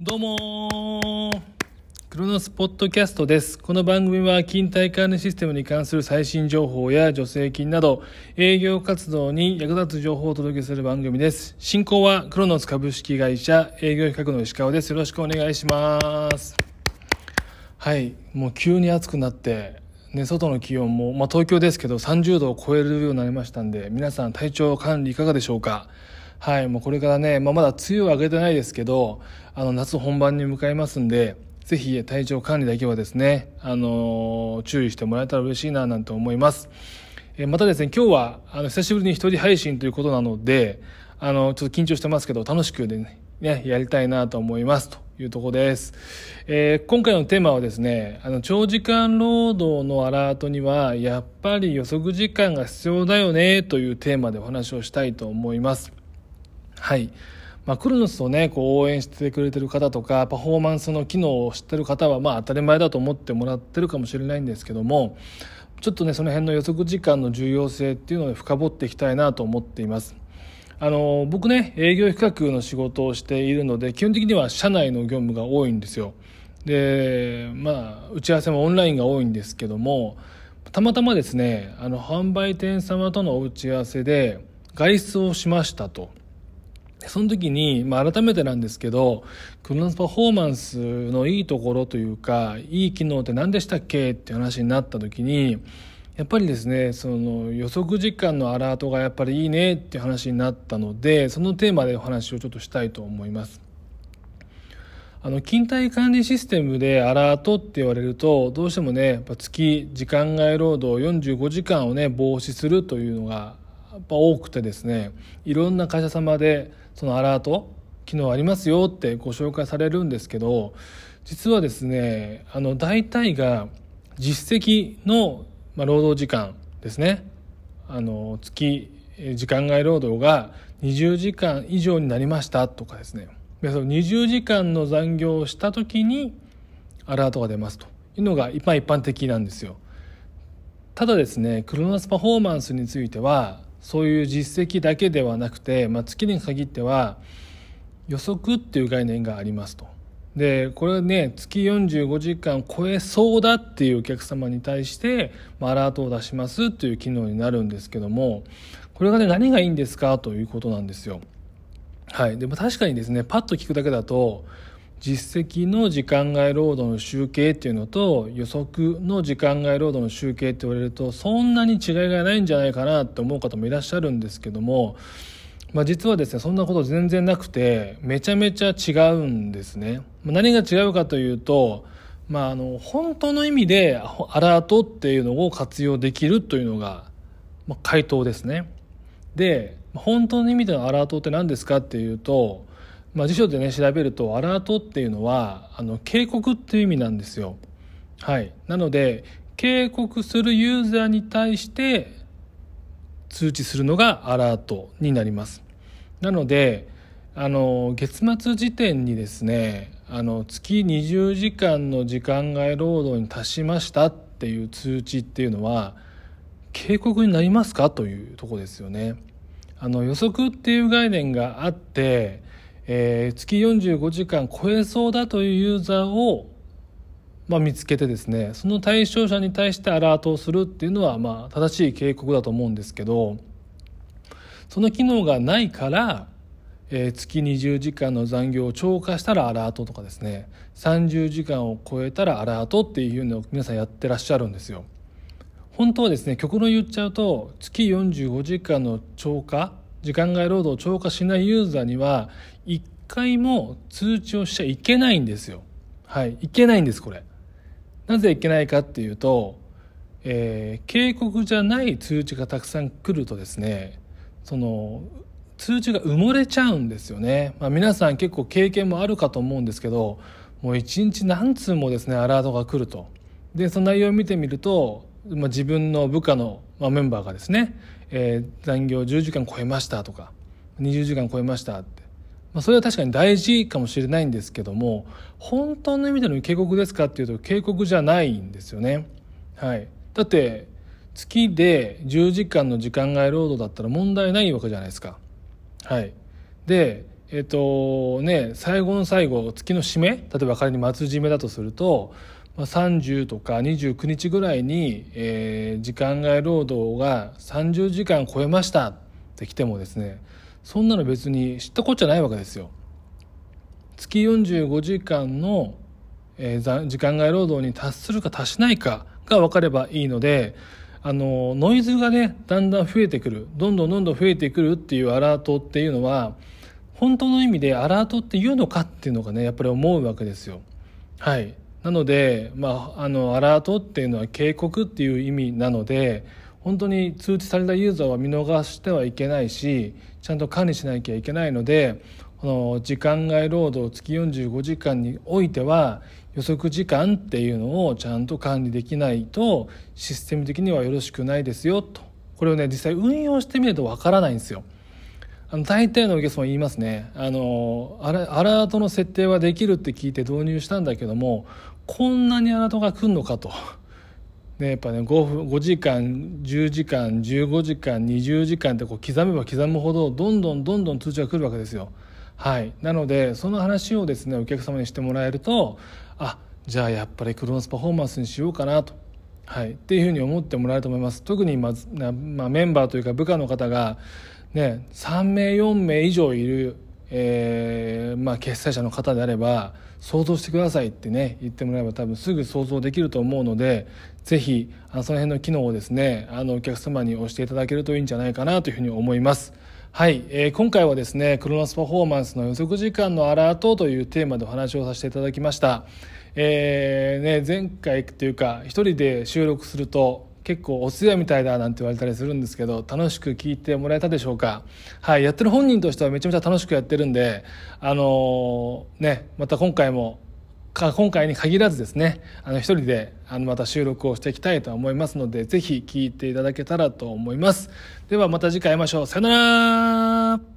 どうもクロノスポッドキャストです。この番組は勤怠管理システムに関する最新情報や助成金など営業活動に役立つ情報をお届けする番組です。進行はクロノス株式会社営業企画の石川です。よろしくお願いします。はい、もう急に暑くなってね、外の気温も、東京ですけど30度を超えるようになりましたんで、皆さん体調管理いかがでしょうか。はい、もうこれからね、まだ梅雨は明けてないですけど、夏本番に向かいますんで、ぜひ体調管理だけはですね、注意してもらえたら嬉しいななんて思います。またですね、今日は久しぶりに一人配信ということなので、ちょっと緊張してますけど楽しくね、やりたいなと思いますというところです。今回のテーマはですね、長時間労働のアラートにはやっぱり予測時間が必要だよねというテーマでお話をしたいと思います。はい、クロノスをね応援してくれてる方とかパフォーマンスの機能を知ってる方は当たり前だと思ってもらってるかもしれないんですけども、ちょっとねその辺の予測時間の重要性っていうのを深掘っていきたいなと思っています。僕ね営業企画の仕事をしているので、基本的には社内の業務が多いんですよ。で打ち合わせもオンラインが多いんですけども、たまたまですね販売店様との打ち合わせで外出をしましたと。その時に、改めてなんですけど、クロノスパフォーマンスのいいところというかいい機能って何でしたっけっていう話になった時に、やっぱりですねその予測時間のアラートがやっぱりいいねっていう話になったので、そのテーマでお話をちょっとしたいと思います。勤怠管理システムでアラートって言われると、どうしてもねやっぱ月時間外労働45時間をね防止するというのがやっぱ多くてですね、いろんな会社様でそのアラート機能ありますよってご紹介されるんですけど、実はですね大体が実績の労働時間ですね。月時間外労働が20時間以上になりましたとかですね、でその20時間の残業をした時にアラートが出ますというのが一般的なんですよ。ただですねクロノスパフォーマンスについてはそういう実績だけではなくて、月に限っては予測っていう概念がありますと。でこれね月45時間超えそうだっていうお客様に対してアラートを出しますという機能になるんですけども、これがね何がいいんですかということなんですよ。はい、でも確かにですねパッと聞くだけだと実績の時間外労働の集計っていうのと予測の時間外労働の集計って言われるとそんなに違いがないんじゃないかなって思う方もいらっしゃるんですけども、実はですねそんなこと全然なくてめちゃめちゃ違うんですね。何が違うかというと、本当の意味でアラートっていうのを活用できるというのが、回答ですね。で本当の意味でのアラートって何ですかっていうと、辞書でね調べるとアラートっていうのは警告っていう意味なんですよ。はい、なので警告するユーザーに対して通知するのがアラートになります。なので月末時点にですね月20時間の時間外労働に達しましたっていう通知っていうのは警告になりますかというところですよね。予測っていう概念があって、月45時間超えそうだというユーザーを、見つけてですね、その対象者に対してアラートをするっていうのは正しい警告だと思うんですけど、その機能がないから、月20時間の残業を超過したらアラートとかですね、30時間を超えたらアラートっていうのを皆さんやってらっしゃるんですよ。本当はですね極論言っちゃうと月45時間の超過時間外労働を超過しないユーザーには1回も通知をしちゃいけないんですよ。はい、いけないんです。これなぜいけないかっていうと、警告じゃない通知がたくさん来るとですね、その通知が埋もれちゃうんですよね。皆さん結構経験もあるかと思うんですけど、もう1日何通もですねアラートが来ると。でその内容を見てみると自分の部下のメンバーがですね、残業10時間超えましたとか20時間超えましたって、それは確かに大事かもしれないんですけども、本当の意味での警告ですかっていうと警告じゃないんですよね。はい、だって月で10時間の時間外労働だったら問題ないわけじゃないですか。はい、で、 最後の最後月の締め、例えば仮に末締めだとすると、30とか29日ぐらいに、時間外労働が30時間超えましたって来てもですね、そんなの別に知ったこっちゃないわけですよ。月45時間の、時間外労働に達するか達しないかが分かればいいので、ノイズがねだんだん増えてくる、どんどん増えてくるっていうアラートっていうのは本当の意味でアラートっていうのかっていうのがねやっぱり思うわけですよ。はい。なので、アラートっていうのは警告っていう意味なので、本当に通知されたユーザーは見逃してはいけないし、ちゃんと管理しなきゃいけないので、この時間外労働月45時間においては予測時間っていうのをちゃんと管理できないとシステム的にはよろしくないですよと。これをね実際運用してみるとわからないんですよ。大体のお客様言いますね。アラートの設定はできるって聞いて導入したんだけども、こんなにアラートが来るのかと。ね、やっぱね5時間10時間15時間20時間ってこう刻めば刻むほどどんどん通知が来るわけですよ。はい。なのでその話をですねお客様にしてもらえると、じゃあやっぱりクロノスパフォーマンスにしようかなと、はい、っていうふうに思ってもらえると思います。特にメンバーというか部下の方がね、3名4名以上いる、決済者の方であれば想像してくださいってね言ってもらえば多分すぐ想像できると思うので、ぜひその辺の機能をですねお客様に押していただけるといいんじゃないかなというふうに思います。はい、今回はですねクロノスパフォーマンスの予測時間のアラートというテーマでお話をさせていただきました。前回というか一人で収録すると結構お通夜みたいだなんて言われたりするんですけど、楽しく聞いてもらえたでしょうか。はい、やってる本人としてはめちゃめちゃ楽しくやってるんで、また今回に限らずですね一人でまた収録をしていきたいと思いますので、ぜひ聞いていただけたらと思います。ではまた次回会いましょう。さよなら。